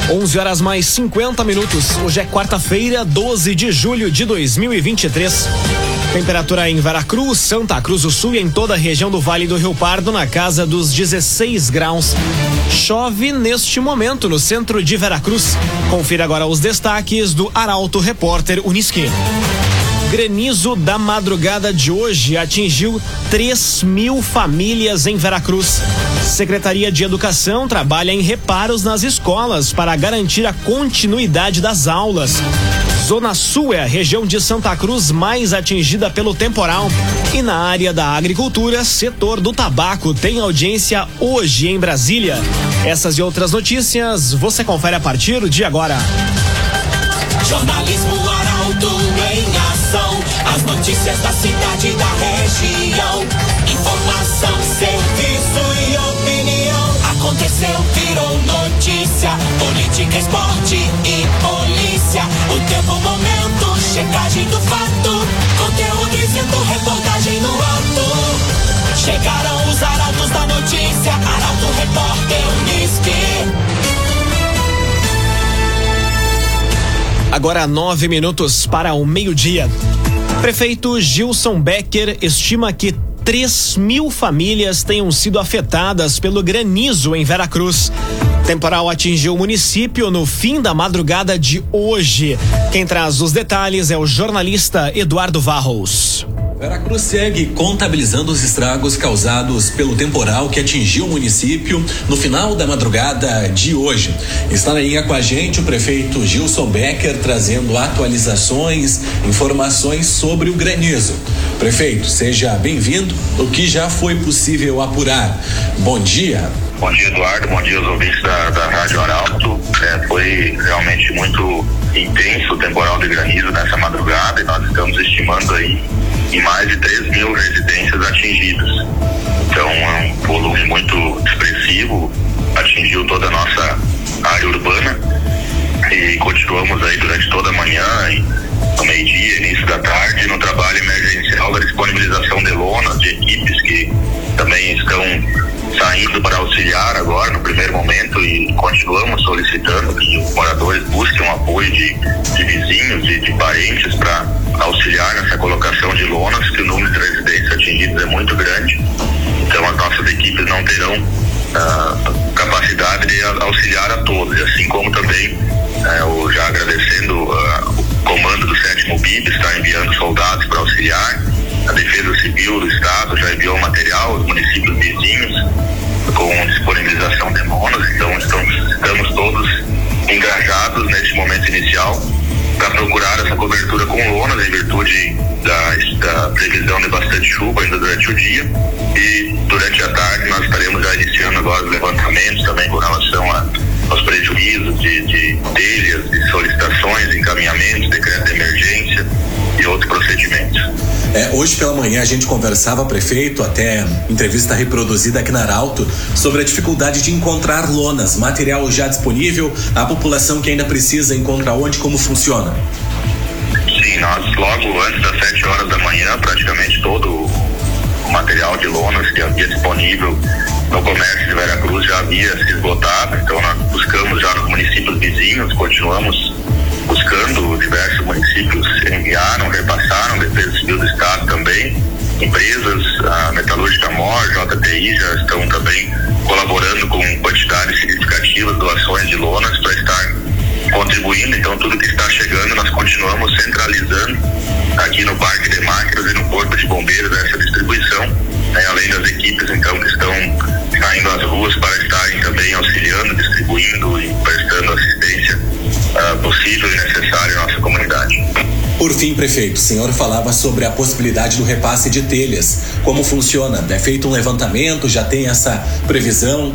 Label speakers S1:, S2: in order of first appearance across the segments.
S1: 11h mais 50. Hoje é quarta-feira, 12 de julho de 2023. Temperatura em Veracruz, Santa Cruz do Sul e em toda a região do Vale do Rio Pardo na casa dos 16 graus. Chove neste momento no centro de Veracruz. Confira agora os destaques do Arauto Repórter Uniski. Granizo da madrugada de hoje atingiu 3.000 famílias em Veracruz. Secretaria de Educação trabalha em reparos nas escolas para garantir a continuidade das aulas. Zona Sul é a região de Santa Cruz mais atingida pelo temporal. E na área da agricultura, setor do tabaco tem audiência hoje em Brasília. Essas e outras notícias você confere a partir de agora.
S2: Jornalismo Arauto em ação. As notícias da cidade e da região. Informação, serviço e opinião. Aconteceu, virou notícia. Política, esporte e polícia. O tempo, momento, checagem do fato. Conteúdo dizendo, reportagem no ato. Chegaram os arautos da notícia. Arauto Repórter Uniski.
S1: Agora 9 minutos para o meio-dia. Prefeito Gilson Becker estima que 3.000 famílias tenham sido afetadas pelo granizo em Veracruz. Temporal atingiu o município no fim da madrugada de hoje. Quem traz os detalhes é o jornalista Eduardo Varros.
S3: Veracruz segue contabilizando os estragos causados pelo temporal que atingiu o município no final da madrugada de hoje. Está na linha com a gente o prefeito Gilson Becker trazendo atualizações, informações sobre o granizo. Prefeito, seja bem-vindo. O que já foi possível apurar? Bom dia.
S4: Bom dia, Eduardo. Bom dia aos ouvintes da Rádio Arauto. Foi realmente muito intenso o temporal de granizo nessa madrugada e nós estamos estimando aí em mais de 3.000 residências atingidas. Então é um volume muito expressivo, atingiu toda a nossa área urbana e continuamos aí durante toda a manhã e no meio-dia, início da tarde, no trabalho emergencial da disponibilização de lonas, de equipes que também estão saindo para auxiliar agora no primeiro momento e continuamos solicitando que os moradores busquem um apoio de vizinhos e de parentes para auxiliar nessa colocação de lonas, que o número de residências atingidos é muito grande, então as nossas equipes não terão capacidade de auxiliar a todos, assim como também já agradecendo o comando do 7º BIB está enviando soldados para auxiliar. A Defesa Civil do Estado já enviou material aos municípios vizinhos com disponibilização de lonas, então estamos todos engajados neste momento inicial para procurar essa cobertura com lonas em virtude da previsão de bastante chuva ainda durante o dia, e durante a tarde nós estaremos já iniciando agora os levantamentos também com relação aos prejuízos de telhas, de solicitações, encaminhamentos, decreto de emergência e outros procedimentos.
S3: Hoje pela manhã a gente conversava, prefeito, até entrevista reproduzida aqui na Arauto, sobre a dificuldade de encontrar lonas, material já disponível, a população que ainda precisa encontra onde, como funciona?
S4: Sim, nós logo antes das 7 horas da manhã, praticamente todo o material de lonas que havia disponível no comércio de Veracruz já havia se esgotado, então nós buscamos já nos municípios vizinhos, continuamos buscando, diversos municípios enviaram, repassaram, Defesa Civil do Estado também, empresas, a Metalúrgica Mor, JTI já estão também colaborando com quantidades significativas, doações de lonas para estar contribuindo, então tudo que está chegando nós continuamos centralizando aqui no Parque de Máquinas e no Corpo de Bombeiros essa distribuição, além das equipes então que estão saindo às ruas para estarem também auxiliando, distribuindo e prestando assistência possível e necessária à nossa comunidade.
S3: Por fim, prefeito, o senhor falava sobre a possibilidade do repasse de telhas. Como funciona? É feito um levantamento? Já tem essa previsão?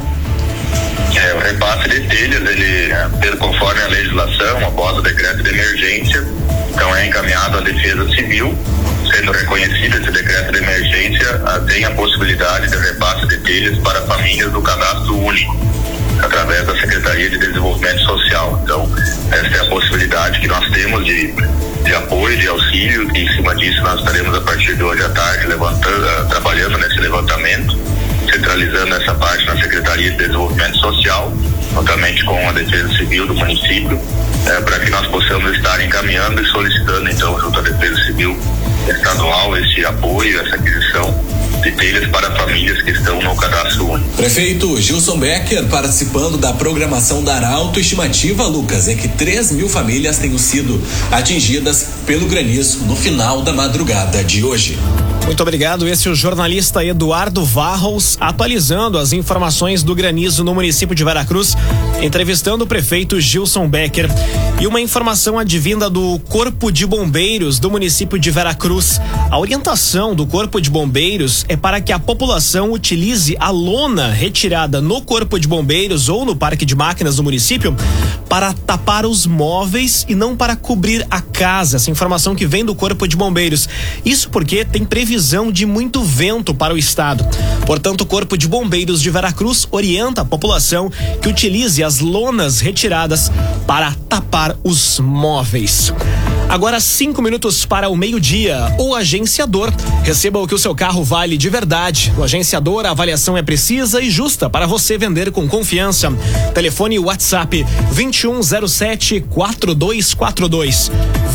S4: O repasse de telhas, ele, conforme a legislação, após o decreto de emergência, então é encaminhado à Defesa Civil, sendo reconhecido esse decreto de emergência, tem a possibilidade de repasse de telhas para famílias do cadastro único, através da Secretaria de Desenvolvimento Social. Então, essa é a possibilidade que nós temos de apoio, de auxílio, e em cima disso nós estaremos a partir de hoje à tarde trabalhando nesse levantamento, centralizando essa parte na Secretaria de Desenvolvimento Social, juntamente com a Defesa Civil do município, para que nós possamos estar encaminhando e solicitando, então, junto à Defesa Civil estadual, esse apoio, essa aquisição de telhas para famílias que estão no cadastro único.
S3: Prefeito Gilson Becker participando da programação da Arauto. Estimativa, Lucas, é que 3.000 famílias tenham sido atingidas pelo granizo no final da madrugada de hoje.
S1: Muito obrigado. Esse é o jornalista Eduardo Varros atualizando as informações do granizo no município de Veracruz, entrevistando o prefeito Gilson Becker. E uma informação advinda do Corpo de Bombeiros do município de Veracruz. A orientação do Corpo de Bombeiros é para que a população utilize a lona retirada no Corpo de Bombeiros ou no Parque de Máquinas do município para tapar os móveis e não para cobrir a casa. Essa informação que vem do Corpo de Bombeiros. Isso porque tem previsão de muito vento para o estado. Portanto, o Corpo de Bombeiros de Veracruz orienta a população que utilize as lonas retiradas para tapar os móveis. Agora 5 minutos para o meio-dia. O Agenciador. Receba o que o seu carro vale de verdade. No Agenciador, a avaliação é precisa e justa para você vender com confiança. Telefone WhatsApp 2107-4242.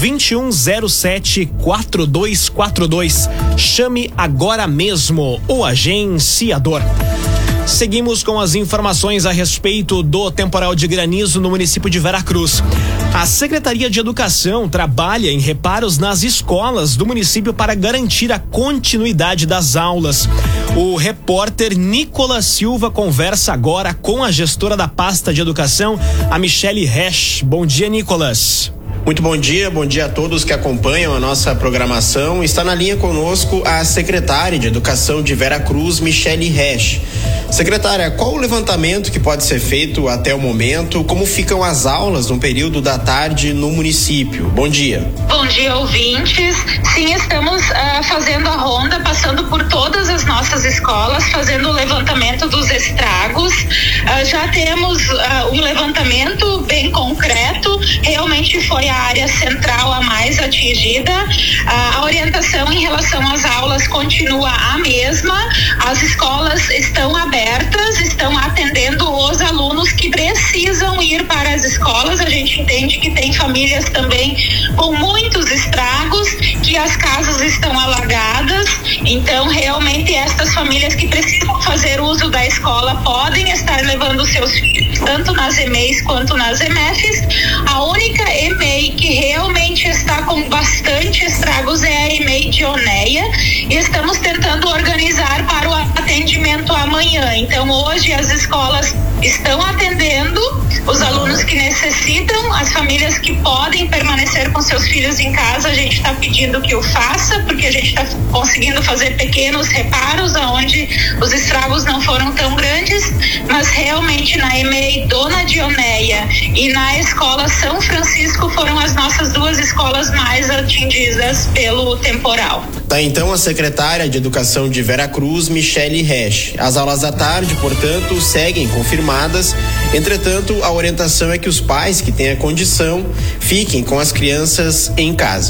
S1: 2107-4242. Chame agora mesmo o Agenciador. Seguimos com as informações a respeito do temporal de granizo no município de Veracruz. A Secretaria de Educação trabalha em reparos nas escolas do município para garantir a continuidade das aulas. O repórter Nicolas Silva conversa agora com a gestora da pasta de educação, a Michele Resch. Bom dia, Nicolas.
S5: Muito bom dia a todos que acompanham a nossa programação. Está na linha conosco a secretária de Educação de Veracruz, Michele Resch. Secretária, qual o levantamento que pode ser feito até o momento? Como ficam as aulas no período da tarde no município? Bom dia.
S6: Bom dia, ouvintes. Sim, estamos fazendo a ronda, passando por todas as nossas escolas, fazendo o levantamento dos estragos. Já temos um levantamento bem concreto. Realmente foi a área central a mais atingida. A orientação em relação às aulas continua a mesma. As escolas estão abertas, estão atendendo os alunos que precisam ir para as escolas. A gente entende que tem famílias também com muitos estragos, que as casas estão alagadas. Então, realmente, estas famílias que precisam fazer uso da escola podem estar levando seus filhos, tanto nas EMEIs quanto nas EMEFs. A única EMEI que realmente está com bastante estragos é a EMEI de Onéia, e estamos tentando organizar para o atendimento amanhã. Então, hoje as escolas estão atendendo os alunos que necessitam, as famílias que podem permanecer com seus filhos em casa. A gente está pedindo que o faça, porque a gente está conseguindo fazer pequenos reparos aonde os estragos não foram tão grandes, mas realmente na EMEI Dona Dionéia e na escola São Francisco foram as nossas duas escolas mais atingidas pelo temporal.
S5: Tá, então, a secretária de Educação de Veracruz, Michele Resch. As aulas da tarde, portanto, seguem confirmadas. Entretanto, a orientação é que os pais que têm a condição fiquem com as crianças em casa.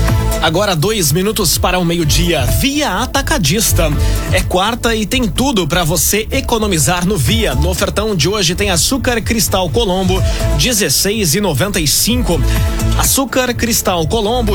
S1: Agora 2 minutos para o meio-dia. Via Atacadista. É quarta e tem tudo para você economizar no Via. No ofertão de hoje tem açúcar Cristal Colombo 16,95. Açúcar Cristal Colombo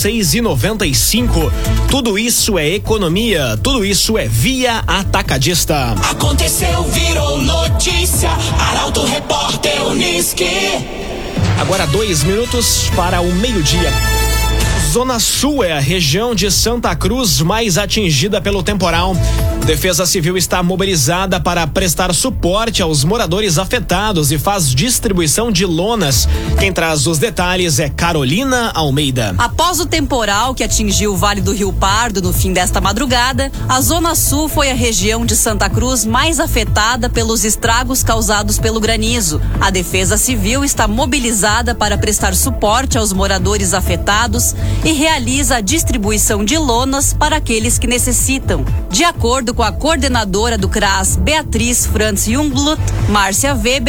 S1: 16,95. Tudo isso é economia. Tudo isso é Via Atacadista.
S2: Aconteceu, virou notícia. Arauto Repórter Unisque.
S1: Agora 2 minutos para o meio-dia. Zona Sul é a região de Santa Cruz mais atingida pelo temporal. Defesa Civil está mobilizada para prestar suporte aos moradores afetados e faz distribuição de lonas. Quem traz os detalhes é Carolina Almeida.
S7: Após o temporal que atingiu o Vale do Rio Pardo no fim desta madrugada, a Zona Sul foi a região de Santa Cruz mais afetada pelos estragos causados pelo granizo. A Defesa Civil está mobilizada para prestar suporte aos moradores afetados e realiza a distribuição de lonas para aqueles que necessitam. De acordo com a coordenadora do CRAS, Beatriz Franz Jungblut, Márcia Weber,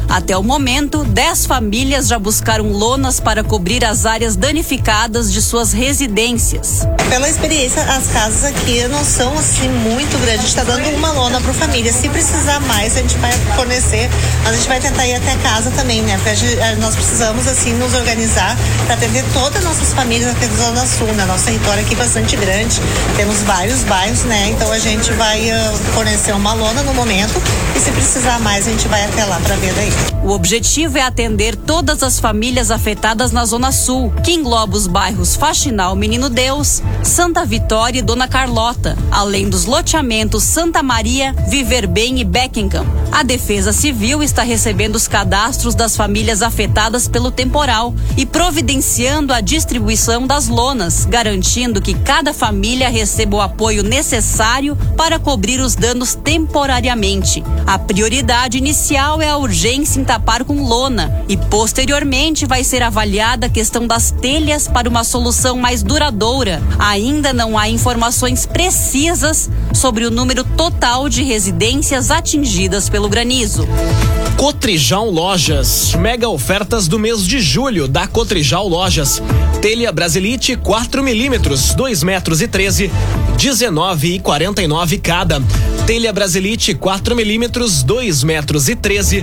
S7: Até o momento, 10 famílias já buscaram lonas para cobrir as áreas danificadas de suas residências.
S8: Pela experiência, as casas aqui não são assim muito grandes. A gente está dando uma lona para a família. Se precisar mais, a gente vai fornecer. Mas a gente vai tentar ir até casa também, né? Porque nós precisamos assim nos organizar para atender todas as nossas famílias aqui da Zona Sul, né? Nosso território aqui é bastante grande. Temos vários bairros, né? Então a gente vai fornecer uma lona no momento e se precisar mais, a gente vai até lá para ver daí.
S7: O objetivo é atender todas as famílias afetadas na Zona Sul, que engloba os bairros Faxinal Menino Deus, Santa Vitória e Dona Carlota, além dos loteamentos Santa Maria, Viver Bem e Beckenham. A Defesa Civil está recebendo os cadastros das famílias afetadas pelo temporal e providenciando a distribuição das lonas, garantindo que cada família receba o apoio necessário para cobrir os danos temporariamente. A prioridade inicial é a urgência em tapar com lona e, posteriormente, vai ser avaliada a questão das telhas para uma solução mais duradoura. Ainda não há informações precisas sobre o número total de residências atingidas pelo granizo.
S1: Cotrijal Lojas, mega ofertas do mês de julho da Cotrijal Lojas. Telha Brasilite 4 milímetros, 2 metros e 13, 19,49 cada. Telha Brasilite 4 milímetros, 2 metros e 13,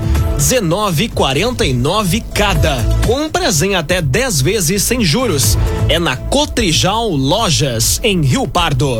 S1: 19,49 cada. Compras em até 10 vezes sem juros. É na Cotrijal Lojas, em Rio Pardo.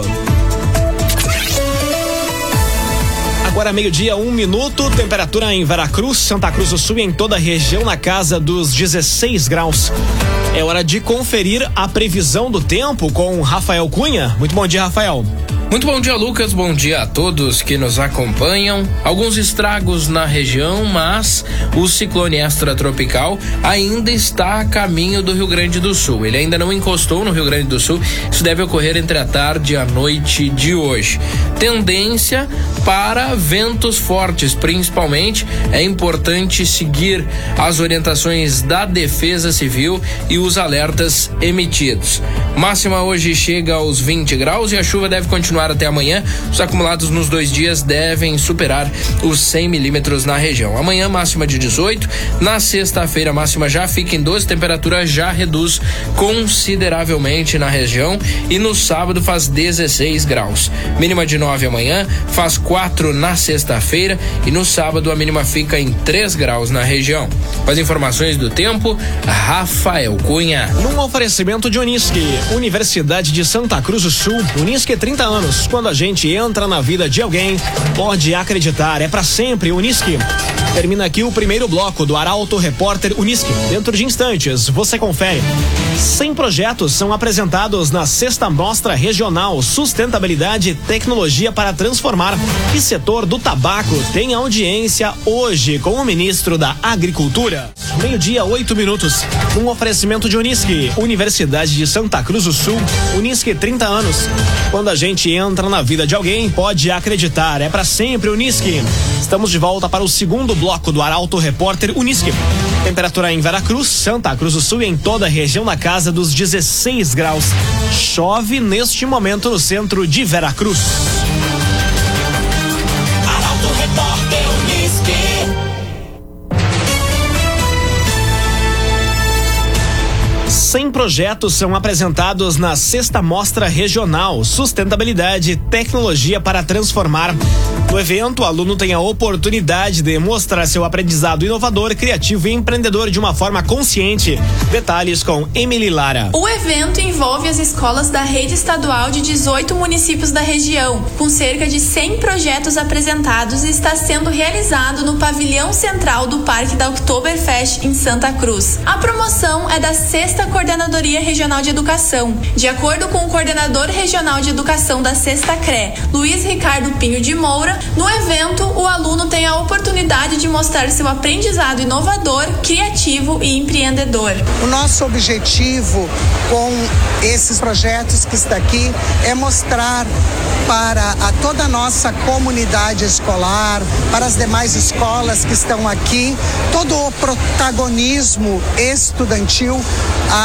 S1: Agora meio-dia, 1 minuto, temperatura em Veracruz, Santa Cruz do Sul e em toda a região na casa dos 16 graus. É hora de conferir a previsão do tempo com Rafael Cunha. Muito bom dia, Rafael.
S9: Muito bom dia, Lucas. Bom dia a todos que nos acompanham. Alguns estragos na região, mas o ciclone extratropical ainda está a caminho do Rio Grande do Sul. Ele ainda não encostou no Rio Grande do Sul. Isso deve ocorrer entre a tarde e a noite de hoje. Tendência para ventos fortes, principalmente. É importante seguir as orientações da Defesa Civil e os alertas emitidos. Máxima hoje chega aos 20 graus e a chuva deve continuar até amanhã. Os acumulados nos 2 dias devem superar os 100 milímetros na região. Amanhã máxima de 18, na sexta-feira máxima já fica em 12, temperatura já reduz consideravelmente na região e no sábado faz 16 graus. Mínima de 9 amanhã, faz 4 na sexta-feira e no sábado a mínima fica em 3 graus na região. Com as informações do tempo, Rafael Cunha.
S1: Num oferecimento de Unisque, Universidade de Santa Cruz do Sul, Unisque 30 anos. Quando a gente entra na vida de alguém, pode acreditar, é pra sempre Unisque. Termina aqui o primeiro bloco do Arauto Repórter Unisque. Dentro de instantes, você confere. 100 projetos são apresentados na 6ª Mostra Regional Sustentabilidade e Tecnologia para Transformar. E setor do tabaco tem audiência hoje com o ministro da Agricultura. Meio-dia, 8 minutos. Um oferecimento de Unisque, Universidade de Santa Cruz do Sul, Unisque 30 anos. Quando a gente entra na vida de alguém, pode acreditar, é pra sempre Unisque. Estamos de volta para o segundo bloco do Arauto Repórter Unisque. Temperatura em Veracruz, Santa Cruz do Sul e em toda a região na casa dos 16 graus. Chove neste momento no centro de Veracruz.
S2: Arauto Repórter Unisque.
S1: 100 projetos são apresentados na 6ª Mostra Regional Sustentabilidade e Tecnologia para Transformar. No evento, o aluno tem a oportunidade de mostrar seu aprendizado inovador, criativo e empreendedor de uma forma consciente. Detalhes com Emily Lara.
S10: O evento envolve as escolas da rede estadual de 18 municípios da região, com cerca de 100 projetos apresentados e está sendo realizado no pavilhão central do Parque da Oktoberfest em Santa Cruz. A promoção é da 6ª Coordenadoria Regional de Educação. De acordo com o coordenador regional de educação da 6ª CRE, Luiz Ricardo Pinho de Moura, no evento o aluno tem a oportunidade de mostrar seu aprendizado inovador, criativo e empreendedor.
S11: O nosso objetivo com esses projetos que está aqui é mostrar para toda a nossa comunidade escolar, para as demais escolas que estão aqui, todo o protagonismo estudantil,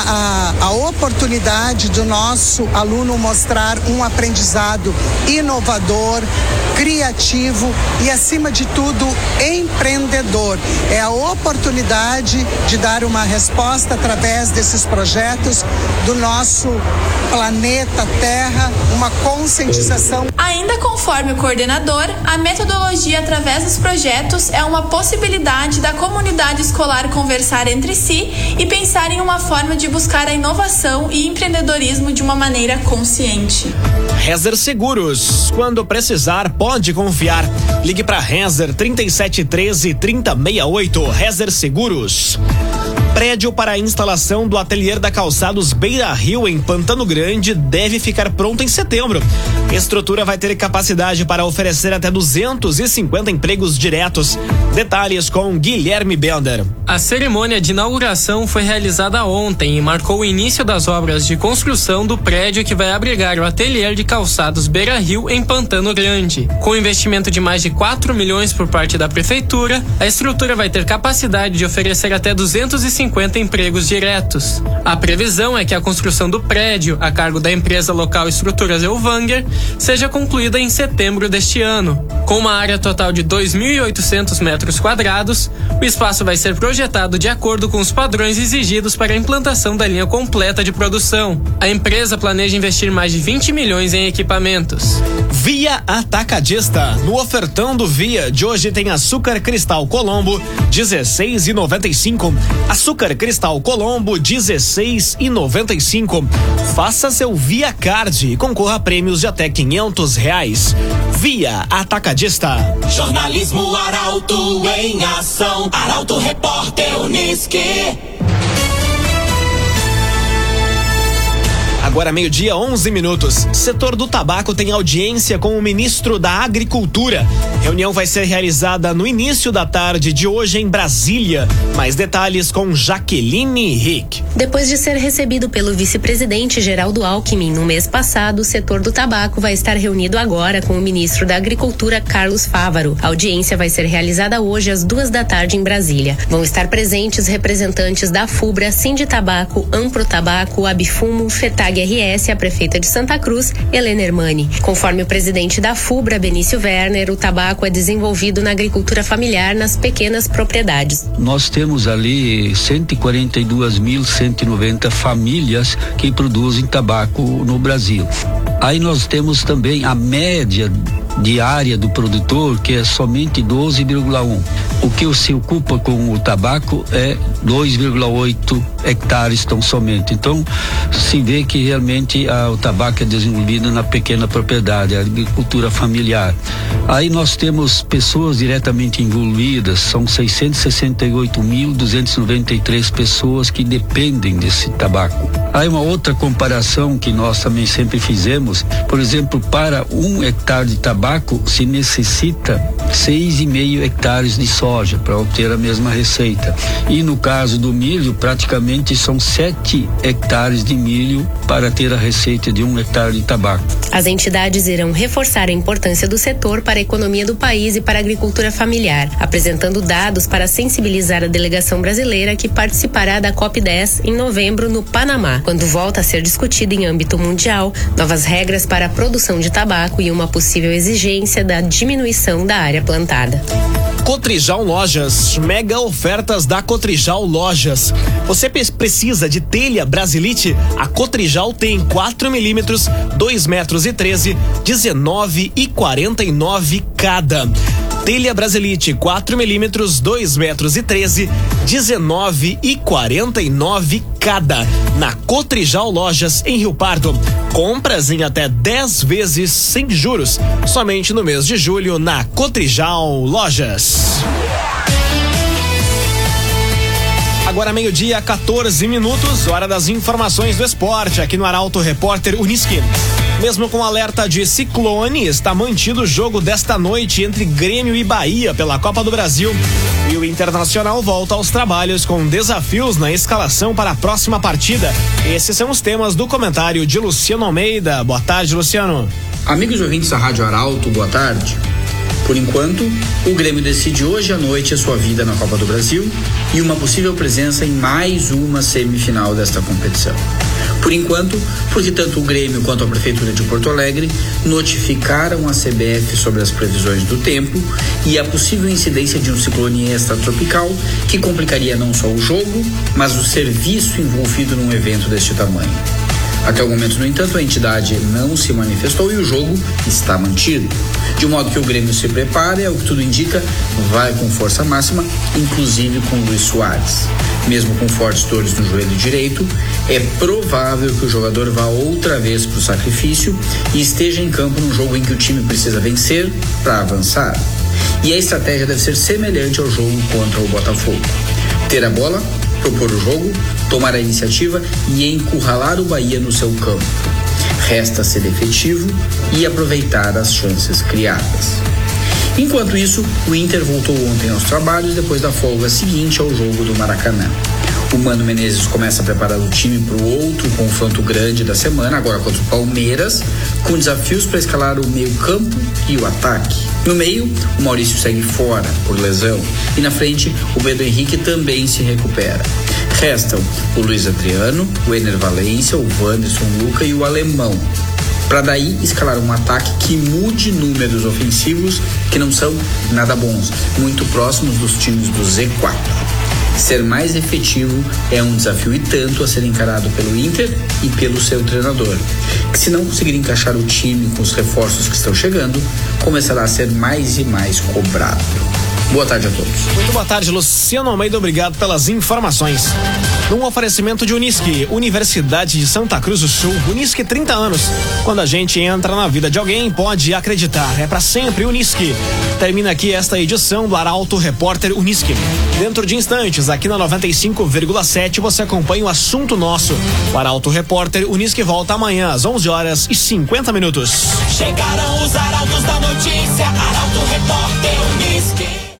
S11: a oportunidade do nosso aluno mostrar um aprendizado inovador, criativo e, acima de tudo, empreendedor. É a oportunidade de dar uma resposta através desses projetos do nosso planeta Terra, uma conscientização.
S10: Ainda conforme o coordenador, a metodologia através dos projetos é uma possibilidade da comunidade escolar conversar entre si e pensar em uma forma de buscar a inovação e empreendedorismo de uma maneira consciente.
S1: Rezer Seguros, quando precisar, pode confiar. Ligue para Rezer 3713 3068. Rezer Seguros. Prédio para a instalação do ateliê da Calçados Beira Rio, em Pantano Grande, deve ficar pronto em setembro. A estrutura vai ter capacidade para oferecer até 250 empregos diretos. Detalhes com Guilherme Bender.
S12: A cerimônia de inauguração foi realizada ontem e marcou o início das obras de construção do prédio que vai abrigar o ateliê de Calçados Beira Rio, em Pantano Grande. Com investimento de mais de 4 milhões por parte da prefeitura, a estrutura vai ter capacidade de oferecer até 250 empregos diretos. A previsão é que a construção do prédio, a cargo da empresa local Estruturas Elvanger, seja concluída em setembro deste ano. Com uma área total de 2.800 metros quadrados, o espaço vai ser projetado de acordo com os padrões exigidos para a implantação da linha completa de produção. A empresa planeja investir mais de 20 milhões em equipamentos.
S1: Via Atacadista. No ofertão do Via de hoje tem açúcar cristal Colombo, R$16,95. Açúcar cristal Colombo, R$16,95. Faça seu Via Card e concorra a prêmios de até R$500. Via Atacadista.
S2: Jornalismo Arauto em ação. Arauto Repórter Unisque.
S1: Agora 12:11. Setor do tabaco tem audiência com o ministro da Agricultura. Reunião vai ser realizada no início da tarde de hoje em Brasília. Mais detalhes com Jaqueline Rick.
S13: Depois de ser recebido pelo vice-presidente Geraldo Alckmin no mês passado, o setor do tabaco vai estar reunido agora com o ministro da Agricultura, Carlos Fávaro. A audiência vai ser realizada hoje às 14h em Brasília. Vão estar presentes representantes da FUBRA, Sinditabaco, Amprotabaco, Abifumo, FETAG RS, a prefeita de Santa Cruz, Helena Hermani. Conforme o presidente da FUBRA, Benício Werner, o tabaco é desenvolvido na agricultura familiar nas pequenas propriedades.
S14: Nós temos ali 142.190 famílias que produzem tabaco no Brasil. Aí nós temos também a média diária do produtor, que é somente 12,1. O que se ocupa com o tabaco é 2,8 hectares tão somente. Então, se vê que realmente o tabaco é desenvolvido na pequena propriedade, a agricultura familiar. Aí nós temos pessoas diretamente envolvidas, são 668.293 pessoas que dependem desse tabaco. Aí uma outra comparação que nós também sempre fizemos, por exemplo, para 1 hectare de tabaco se necessita 6,5 hectares de soja para obter a mesma receita. E no caso do milho, praticamente são 7 hectares de milho para ter a receita de 1 hectare de tabaco.
S13: As entidades irão reforçar a importância do setor para a economia do país e para a agricultura familiar, apresentando dados para sensibilizar a delegação brasileira que participará da COP10 em novembro no Panamá, quando volta a ser discutida em âmbito mundial novas regras para a produção de tabaco e uma possível exigência da diminuição da área plantada.
S1: Cotrijal Lojas, mega ofertas da Cotrijal Lojas. Você precisa de telha Brasilite? A Cotrijal tem 4 milímetros, 2,13 metros, R$19,49 cada. Telha Brasilite 4 milímetros, 2,13 metros, R$19,49 cada. Na Cotrijal Lojas, em Rio Pardo. Compras em até 10 vezes sem juros. Somente no mês de julho na Cotrijal Lojas. Agora 12:14, hora das informações do esporte aqui no Arauto Repórter Unisque. Mesmo com alerta de ciclone, está mantido o jogo desta noite entre Grêmio e Bahia pela Copa do Brasil. E o Internacional volta aos trabalhos com desafios na escalação para a próxima partida. Esses são os temas do comentário de Luciano Almeida. Boa tarde, Luciano.
S15: Amigos ouvintes da Rádio Arauto, boa tarde. Por enquanto, o Grêmio decide hoje à noite a sua vida na Copa do Brasil e uma possível presença em mais uma semifinal desta competição. Por enquanto, porque tanto o Grêmio quanto a Prefeitura de Porto Alegre notificaram a CBF sobre as previsões do tempo e a possível incidência de um ciclone extratropical que complicaria não só o jogo, mas o serviço envolvido num evento deste tamanho. Até o momento, no entanto, a entidade não se manifestou e o jogo está mantido. De modo que o Grêmio se prepara e, ao que tudo indica, vai com força máxima, inclusive com Luis Soares. Mesmo com fortes dores no joelho direito, é provável que o jogador vá outra vez para o sacrifício e esteja em campo num jogo em que o time precisa vencer para avançar. E a estratégia deve ser semelhante ao jogo contra o Botafogo. Ter a bola, propor o jogo, tomar a iniciativa e encurralar o Bahia no seu campo. Resta ser efetivo e aproveitar as chances criadas. Enquanto isso, o Inter voltou ontem aos trabalhos depois da folga seguinte ao jogo do Maracanã. O Mano Menezes começa a preparar o time para o outro confronto grande da semana, agora contra o Palmeiras, com desafios para escalar o meio-campo e o ataque. No meio, o Maurício segue fora por lesão e na frente o Pedro Henrique também se recupera. Restam o Luiz Adriano, o Ener Valencia, o Wanderson Luca e o Alemão, para daí escalar um ataque que mude números ofensivos que não são nada bons, muito próximos dos times do Z4. Ser mais efetivo é um desafio e tanto a ser encarado pelo Inter e pelo seu treinador, que se não conseguir encaixar o time com os reforços que estão chegando, começará a ser mais e mais cobrado. Boa tarde a todos.
S1: Muito boa tarde, Luciano Almeida, obrigado pelas informações. Num oferecimento de Unisque, Universidade de Santa Cruz do Sul, Unisque 30 anos. Quando a gente entra na vida de alguém, pode acreditar, é pra sempre Unisque. Termina aqui esta edição do Arauto Repórter Unisque. Dentro de instantes, aqui na 95,7, você acompanha o assunto nosso. O Arauto Repórter Unisque volta amanhã às 11h50.
S2: Chegaram os arautos da notícia, Arauto Repórter Unisque.